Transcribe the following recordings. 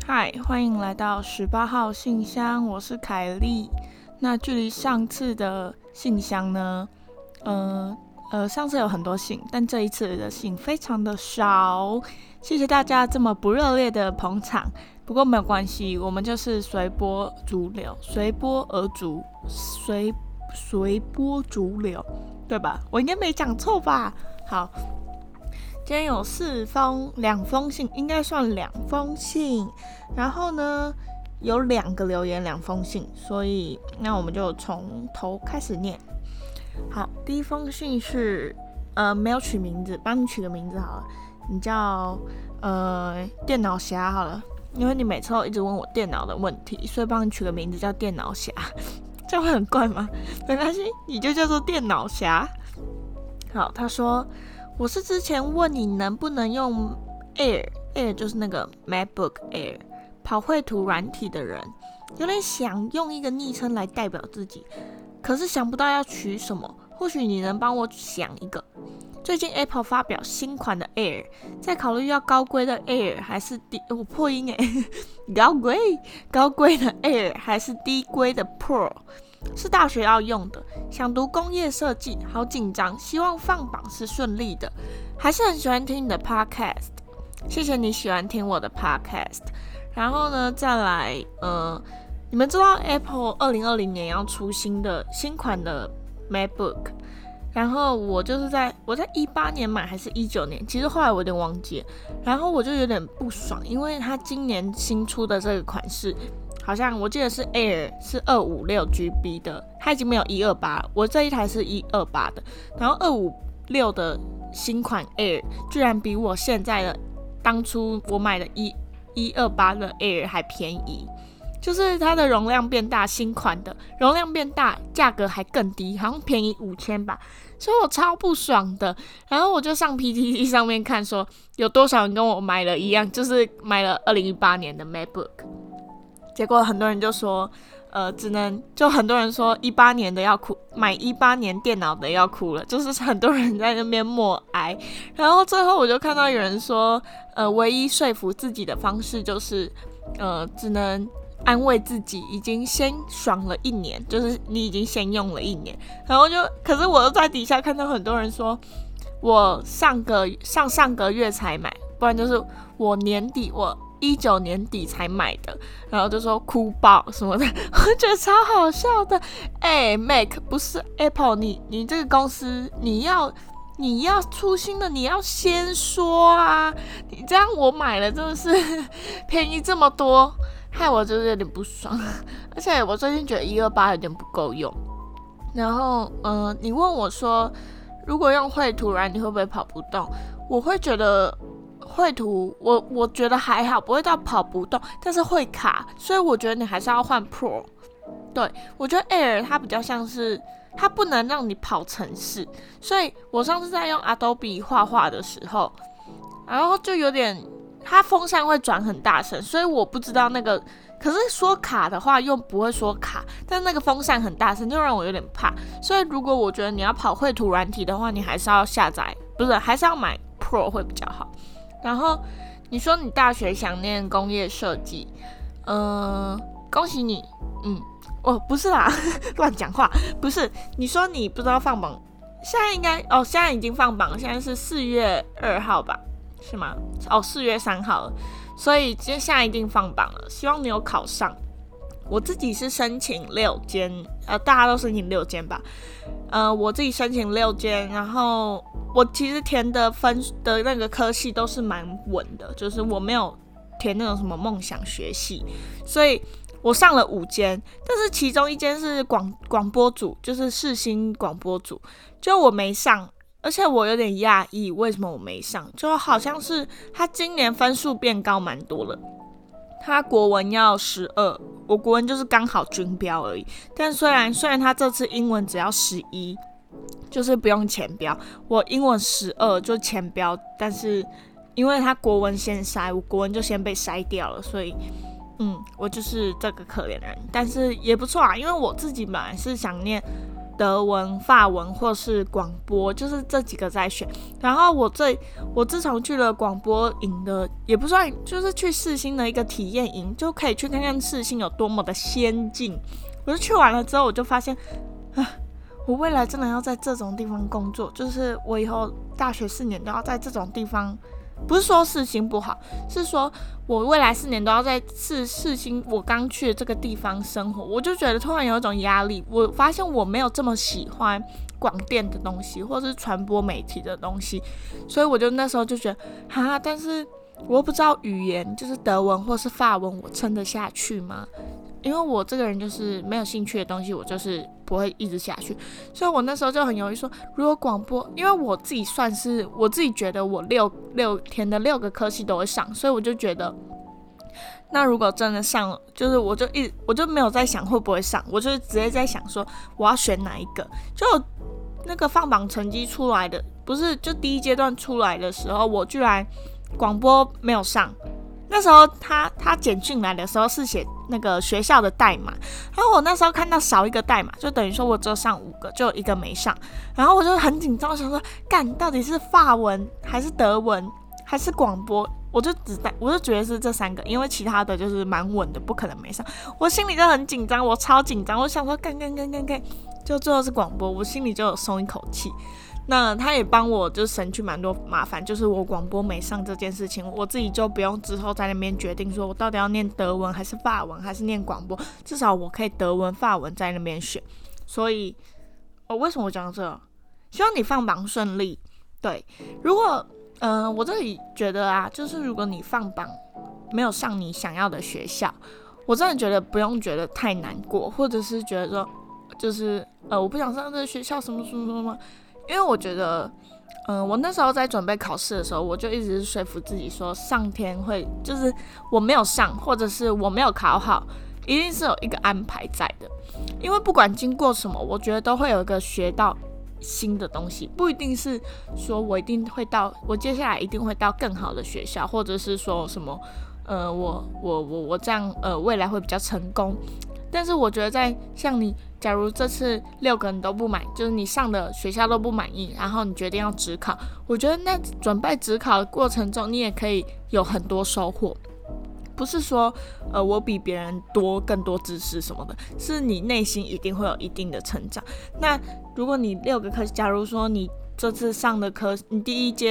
嗨，欢迎来到18号信箱，我是凯莉。那距离上次的信箱呢，上次有很多信，但这一次的信非常的少，谢谢大家这么不热烈的捧场。不过没有关系，我们就是随波逐流，随波逐流，对吧？我应该没讲错吧？好。今天有2封信，应该算2封信。然后呢，有2个留言，2封信，所以那我们就从头开始念。好，第一封信是没有取名字，帮你取个名字好了，你叫电脑侠好了，因为你每次都一直问我电脑的问题，所以帮你取个名字叫电脑侠，这样会很怪吗？没关系，你就叫做电脑侠。好，他说。我是之前问你能不能用 Air 就是那个 MacBook Air 跑绘图软体的人，有点想用一个昵称来代表自己，可是想不到要取什么，或许你能帮我想一个。最近 Apple 发表新款的 Air， 在考虑要高规的 Air 还是我破音高规的 Air 还是低规的 Pro。是大学要用的，想读工业设计，好紧张，希望放榜是顺利的，还是很喜欢听你的 podcast， 谢谢你喜欢听我的 podcast。 然后呢，再来你们知道 Apple 2020年要出新款的 MacBook， 然后我在18年买还是19年，其实后来我有点忘记了，然后我就有点不爽，因为它今年新出的这个款式好像我记得是 Air 是 256GB 的，它已经没有128了，我这一台是128的，然后256的新款 Air 居然比我现在的当初我买的128的 Air 还便宜，就是它的容量变大，新款的容量变大，价格还更低，好像便宜5000吧，所以我超不爽的。然后我就上 PTT 上面看说有多少人跟我买了一样，就是买了2018年的 MacBook。结果很多人就说，很多人说18年的要哭，买18年电脑的要哭了，就是很多人在那边默哀。然后最后我就看到有人说，唯一说服自己的方式就是，只能安慰自己已经先爽了1年，就是你已经先用了1年。然后可是我又在底下看到很多人说，我上个月才买，不然就是我19年底才买的，然后就说哭爆什么的，我觉得超好笑的。Mac 不是 Apple， 你这个公司你要出新的，你要先说啊！你这样我买了真的是便宜这么多，害我就是有点不爽。而且我最近觉得128有点不够用。然后你问我说，如果用绘图软体会不会跑不动？我会觉得。绘图我觉得还好，不会到跑不动，但是会卡，所以我觉得你还是要换 Pro。 对，我觉得 Air 它比较像是它不能让你跑程式，所以我上次在用 Adobe 画画的时候，然后就有点它风扇会转很大声，所以我不知道那个，可是说卡的话又不会说卡，但那个风扇很大声就让我有点怕，所以如果我觉得你要跑绘图软体的话，你还是要还是要买 Pro 会比较好。然后你说你大学想念工业设计，恭喜你，不是啦，乱讲话，不是，你说你不知道放榜，现在已经放榜了，现在是4月2号吧，是吗？4月3号了，所以现在一定放榜了，希望你有考上。我自己是申请6间，大家都申请6间吧，我自己申请6间，然后我其实填的分的那个科系都是蛮稳的，就是我没有填那种什么梦想学系，所以我上了5间，但是其中1间是广播组，就是世新广播组，就我没上，而且我有点讶异为什么我没上，就好像是他今年分数变高蛮多了。他国文要12，我国文就是刚好均标而已。但虽然他这次英文只要11，就是不用前标，我英文12就前标，但是因为他国文先筛，我国文就先被筛掉了，所以我就是这个可怜人。但是也不错啊，因为我自己本来是想念德文、法文或是广播，就是这几个在选。然后我自从去了广播营的，也不算，就是去世新的一个体验营，就可以去看看世新有多么的先进。我就去完了之后，我就发现，我未来真的要在这种地方工作，就是我以后大学4年都要在这种地方。不是说世新不好，是说我未来4年都要在世新我刚去的这个地方生活，我就觉得突然有一种压力。我发现我没有这么喜欢广电的东西，或是传播媒体的东西，所以我就那时候就觉得但是我又不知道语言，就是德文或是法文，我撑得下去吗？因为我这个人就是没有兴趣的东西，我就是不会一直下去，所以我那时候就很犹豫说，如果广播，因为我自己觉得我六天的6个科系都会上，所以我就觉得，那如果真的上了，就是我就没有在想会不会上，我就直接在想说我要选哪一个。就那个放榜成绩出来的，不是就第1阶段出来的时候，我居然广播没有上。那时候他简讯来的时候是写那个学校的代码，然后我那时候看到少一个代码，就等于说我只有上5个，就有1个没上，然后我就很紧张，想说到底是法文还是德文还是广播？我就觉得是这3个，因为其他的就是蛮稳的，不可能没上。我心里就很紧张，我超紧张，我想说干，就最后是广播，我心里就有松一口气。那他也帮我就省去蛮多麻烦，就是我广播没上这件事情，我自己就不用之后在那边决定说我到底要念德文还是法文还是念广播，至少我可以德文法文在那边选。所以为什么我讲这？希望你放榜顺利。对，如果我这里觉得就是如果你放榜没有上你想要的学校，我真的觉得不用觉得太难过，或者是觉得说就是我不想上这个学校什么什么什么。因为我觉得，我那时候在准备考试的时候，我就一直是说服自己说，上天会就是我没有上，或者是我没有考好，一定是有一个安排在的。因为不管经过什么，我觉得都会有一个学到新的东西，不一定是说我接下来一定会到更好的学校，或者是说什么，我这样未来会比较成功。但是我觉得像你，假如这次6个你都不满，就是你上的学校都不满意，然后你决定要指考，我觉得那准备指考的过程中，你也可以有很多收获。不是说我比别人更多知识什么的，是你内心一定会有一定的成长。那如果你6个科，假如说你这次上的科，你第一阶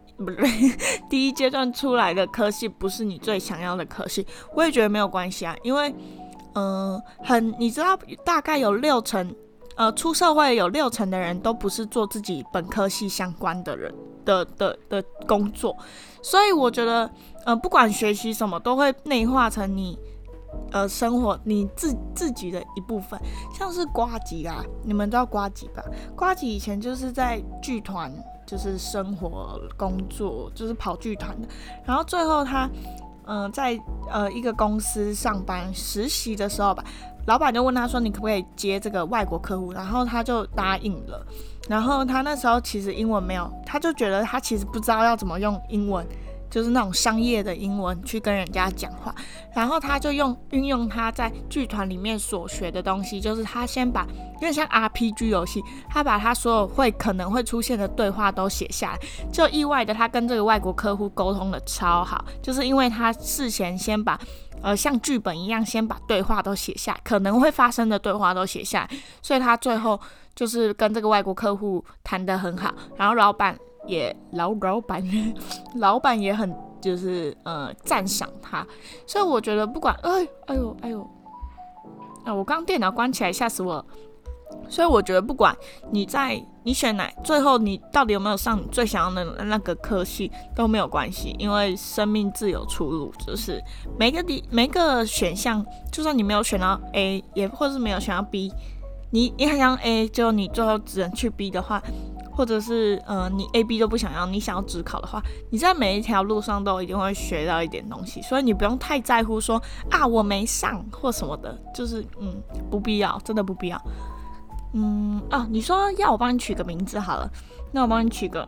段出来的科系不是你最想要的科系，我也觉得没有关系因为你知道大概有60%，出社会有60%的人都不是做自己本科系相关的人的工作，所以我觉得不管学习什么都会内化成你生活你自己的一部分。像是呱吉你们知道呱吉吧？呱吉以前就是在剧团就是生活工作，就是跑剧团的，然后最后他在一个公司上班实习的时候吧，老板就问他说你可不可以接这个外国客户，然后他就答应了。然后他那时候其实英文没有，他就觉得他其实不知道要怎么用英文，就是那种商业的英文去跟人家讲话，然后他就运用他在剧团里面所学的东西，就是他先把有点像 RPG 游戏，他把他所有可能会出现的对话都写下来，就意外的他跟这个外国客户沟通的超好，就是因为他事前先把像剧本一样先把对话都写下来，可能会发生的对话都写下来，所以他最后就是跟这个外国客户谈得很好，然后老板也很就是赞赏他，所以我觉得不管哎呦，我刚电脑关起来吓死我了。所以我觉得不管你选最后你到底有没有上你最想要的那个科系都没有关系，因为生命自有出路，就是每个选项，就算你没有选到 A， 也或是没有选到 B， 你很想 A， 就你最后只能去 B 的话，或者是你 A、B 都不想要，你想要指考的话，你在每一条路上都一定会学到一点东西，所以你不用太在乎说我没上或什么的，就是不必要，真的不必要。你说要我帮你取个名字好了，那我帮你取个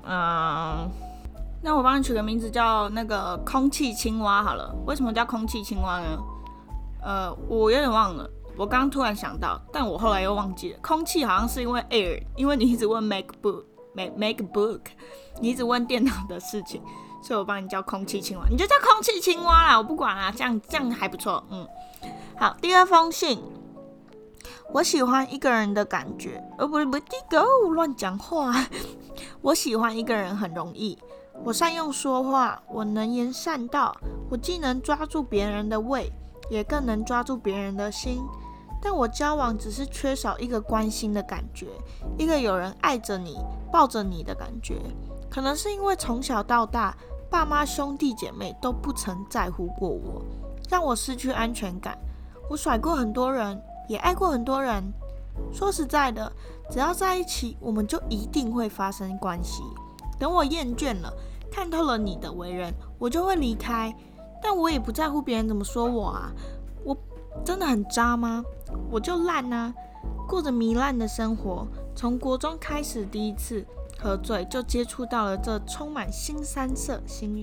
名字叫那个空气青蛙好了。为什么叫空气青蛙呢？我有点忘了， 我刚突然想到，但我后来又忘记了。空气好像是因为 air， 因为你一直问 MacBook， 你一直问电脑的事情，所以我帮你叫空气青蛙，你就叫空气青蛙啦，我不管啦，这样还不错。好，第二封信，我喜欢一个人的感觉，乱讲话。我喜欢一个人很容易，我善用说话，我能言善道，我既能抓住别人的胃，也更能抓住别人的心。但我交往只是缺少一个关心的感觉，一个有人爱着你、抱着你的感觉。可能是因为从小到大，爸妈、兄弟姐妹都不曾在乎过我，让我失去安全感。我甩过很多人，也爱过很多人。说实在的，只要在一起，我们就一定会发生关系。等我厌倦了，看透了你的为人，我就会离开。但我也不在乎别人怎么说我啊。我真的很渣吗？我就烂啊，过着糜烂的生活。从国中开始，第一次喝醉就接触到了这充满新山色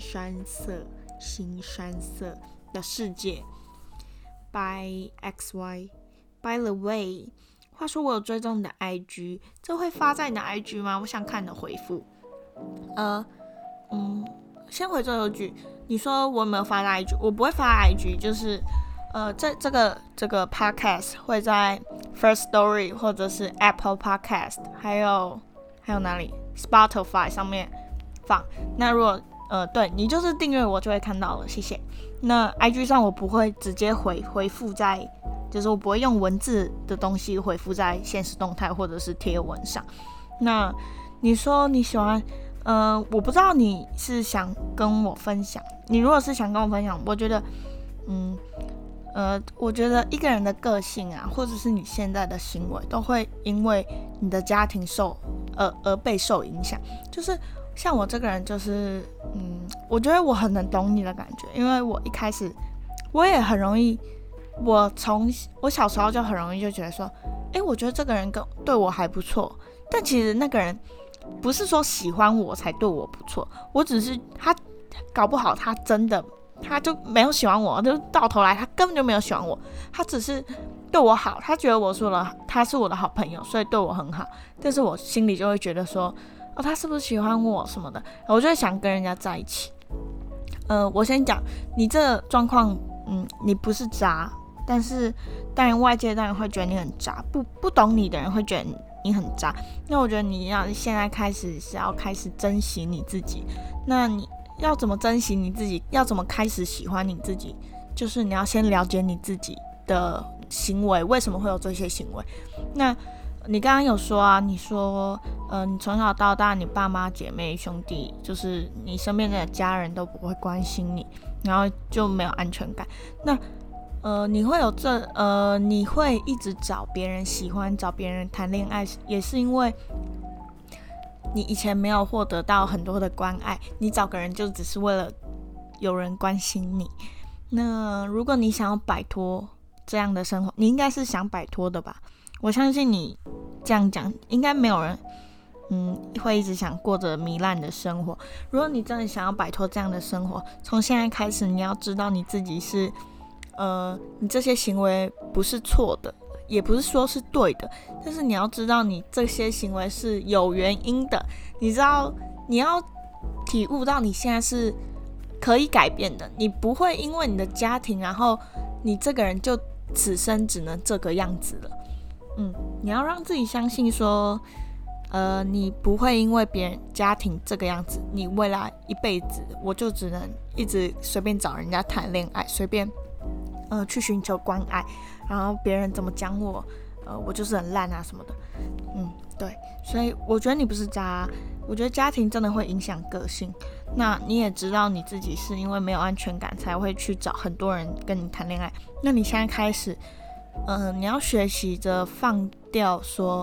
的世界。By XY。By the way， 话说我有追踪你的 IG， 这会发在你的 IG 吗？我想看你的回复。先回最后一句，你说我有没有发在 IG？ 我不会发在 IG， 就是这个 podcast 会在 First Story 或者是 Apple Podcast， 还有哪里 Spotify 上面放。那如果对你就是订阅我就会看到了，谢谢。那 IG 上我不会直接回复在，就是我不会用文字的东西回复在限时动态或者是贴文上。那你说你喜欢，我不知道你是想跟我分享。你如果是想跟我分享，我觉得，我觉得一个人的个性啊，或者是你现在的行为，都会因为你的家庭而被受影响。就是像我这个人，就是我觉得我很能懂你的感觉，因为我一开始我也很容易，我小时候就很容易就觉得说，我觉得这个人对我还不错，但其实那个人不是说喜欢我才对我不错，我只是他搞不好他真的他就没有喜欢我，就到头来他根本就没有喜欢我，他只是对我好，他觉得他是我的好朋友，所以对我很好，但是我心里就会觉得说，他是不是喜欢我什么的，我就会想跟人家在一起。我先讲，你这个状况，你不是渣，但是当然外界当然会觉得你很渣，不懂你的人会觉得你很渣。那我觉得你要现在开始珍惜你自己。那你要怎么珍惜你自己？要怎么开始喜欢你自己？就是你要先了解你自己的行为，为什么会有这些行为？那你刚刚有说啊，你说你从小到大，你爸妈、姐妹、兄弟，就是你身边的家人都不会关心你，然后就没有安全感。那你会一直找别人喜欢，找别人谈恋爱，也是因为你以前没有获得到很多的关爱，你找个人就只是为了有人关心你。那如果你想要摆脱这样的生活，你应该是想摆脱的吧？我相信你这样讲，应该没有人会一直想过着糜烂的生活。如果你真的想要摆脱这样的生活，从现在开始，你要知道你自己是你这些行为不是错的，也不是说是对的，但是你要知道你这些行为是有原因的。你知道，你要体悟到你现在是可以改变的，你不会因为你的家庭，然后你这个人就此生只能这个样子了。你要让自己相信说，你不会因为别人家庭这个样子，你未来一辈子我就只能一直随便找人家谈恋爱，随便去寻求关爱，然后别人怎么讲我，我就是很烂啊什么的。对，所以我觉得你不是渣，我觉得家庭真的会影响个性。那你也知道你自己是因为没有安全感才会去找很多人跟你谈恋爱。那你现在开始，你要学习着放掉说，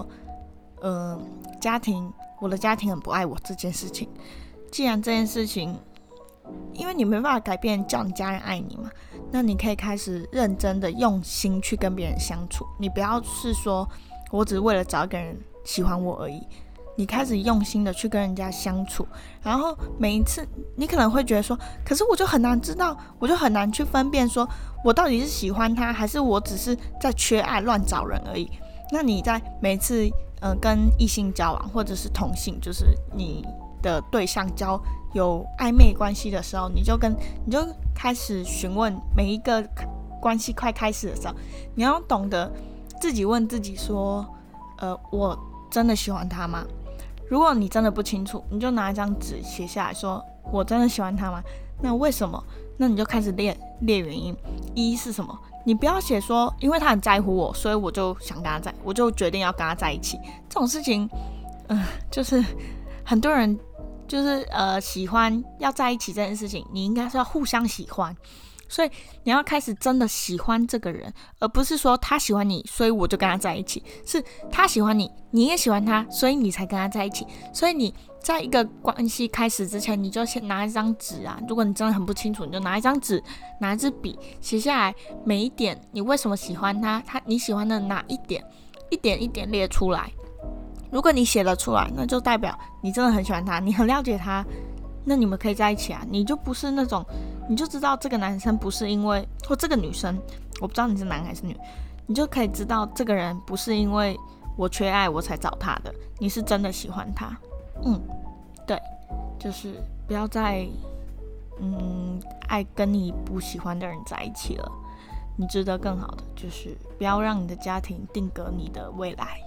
我的家庭很不爱我这件事情。既然这件事情，因为你没办法改变叫你家人爱你嘛，那你可以开始认真的用心去跟别人相处。你不要是说我只是为了找一个人喜欢我而已， 你开始用心的去跟人家相处，然后每一次你可能会觉得说，可是我就很难知道，我就很难去分辨说我到底是喜欢他，还是我只是在缺爱乱找人而已。那你在每次跟异性交往，或者是同性，就是你的对象有暧昧关系的时候，你就开始询问，每一个关系快开始的时候，你要懂得自己问自己说，我真的喜欢他吗？如果你真的不清楚，你就拿一张纸写下来说，我真的喜欢他吗？那为什么？那你就开始列原因。一是什么？你不要写说，因为他很在乎我，所以我就想跟他我就决定要跟他在一起。这种事情，就是很多人就是喜欢要在一起这件事情，你应该是要互相喜欢。所以你要开始真的喜欢这个人，而不是说他喜欢你，所以我就跟他在一起。是他喜欢你，你也喜欢他，所以你才跟他在一起。所以你在一个关系开始之前，你就先拿一张纸啊，如果你真的很不清楚，你就拿一张纸，拿一支笔，写下来每一点你为什么喜欢他，你喜欢的哪一点，一点一点列出来。如果你写得出来，那就代表你真的很喜欢他，你很了解他，那你们可以在一起啊。你就不是那种，你就知道这个男生不是因为，或这个女生，我不知道你是男还是女，你就可以知道这个人不是因为我缺爱我才找他的，你是真的喜欢他。对，就是不要再爱跟你不喜欢的人在一起了。你值得更好的，就是不要让你的家庭定格你的未来。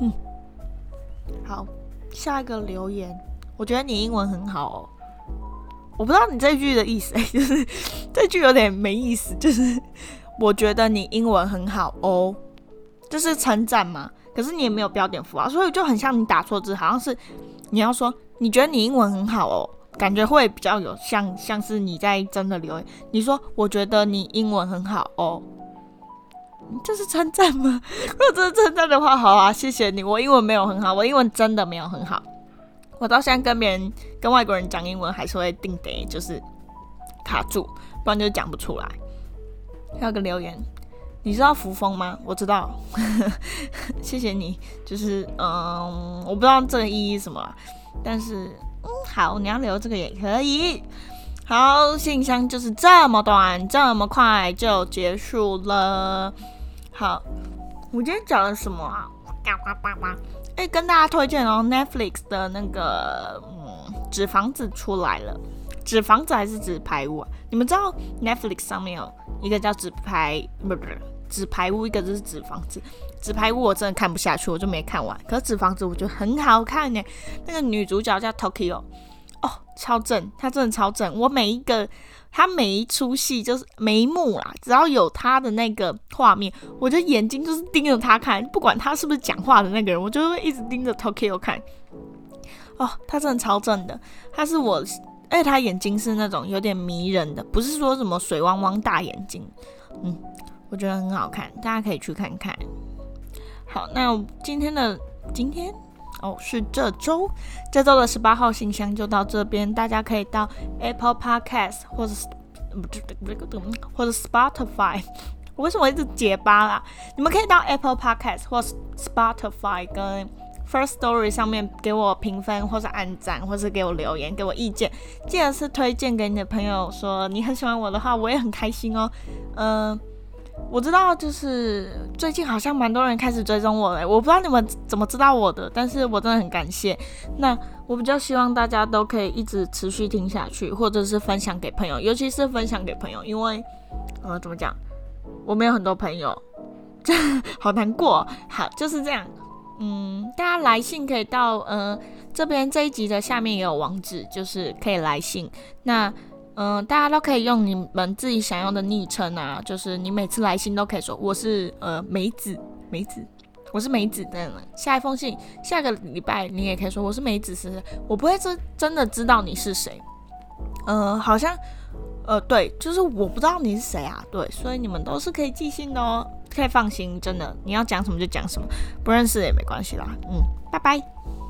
好，下一个留言，我觉得你英文很好哦。我不知道你这句的意思，就是这句有点没意思，就是我觉得你英文很好哦，就是称赞嘛。可是你也没有标点符号，所以就很像你打错字，好像是你要说你觉得你英文很好哦，感觉会比较有像是你在真的留言。你说我觉得你英文很好哦，这是称赞吗？如果这是称赞的话，好啊，谢谢你。我英文没有很好，我英文真的没有很好。我到现在跟外国人讲英文还是会定得就是卡住，不然就讲不出来。还有个留言，你知道扶风吗？我知道，谢谢你。就是我不知道这个意义是什么啦，但是好，你要留这个也可以。好，信箱就是这么短，这么快就结束了。好，我今天讲了什么啊？跟大家推荐Netflix 的那个纸房子出来了。纸房子还是纸牌屋啊？你们知道 Netflix 上面有一个叫纸牌屋，一个就是纸房子。纸牌屋我真的看不下去，我就没看完。可是纸房子我觉得很好看耶，那个女主角叫 Tokyo， 超正，她真的超正。她每一出戏就是每一幕啦，只要有她的那个画面，我就眼睛就是盯着她看，不管她是不是讲话的那个人，我就会一直盯着 Tokyo 看。她真的超正的，而且她眼睛是那种有点迷人的，不是说什么水汪汪大眼睛。我觉得很好看，大家可以去看看。好，那今天是这周的18号信箱就到这边，大家可以到 Apple Podcast 或者 Spotify， 我为什么一直结巴啦？你们可以到 Apple Podcast 或 Spotify 跟 First Story 上面给我评分，或是按赞，或是给我留言，给我意见。记得是推荐给你的朋友，说你很喜欢我的话，我也很开心哦。我知道，就是最近好像蛮多人开始追踪我了，我不知道你们怎么知道我的，但是我真的很感谢。那我比较希望大家都可以一直持续听下去，或者是分享给朋友，尤其是分享给朋友，因为怎么讲，我没有很多朋友，好难过。好，就是这样。大家来信可以到这边这一集的下面也有网址，就是可以来信。那大家都可以用你们自己想要的昵称啊，就是你每次来信都可以说我是梅子，我是梅子的。下一封信，下个礼拜你也可以说我是梅子是，我不会真的知道你是谁。好像对，就是我不知道你是谁啊，对，所以你们都是可以寄信的哦，可以放心，真的，你要讲什么就讲什么，不认识也没关系啦。拜拜。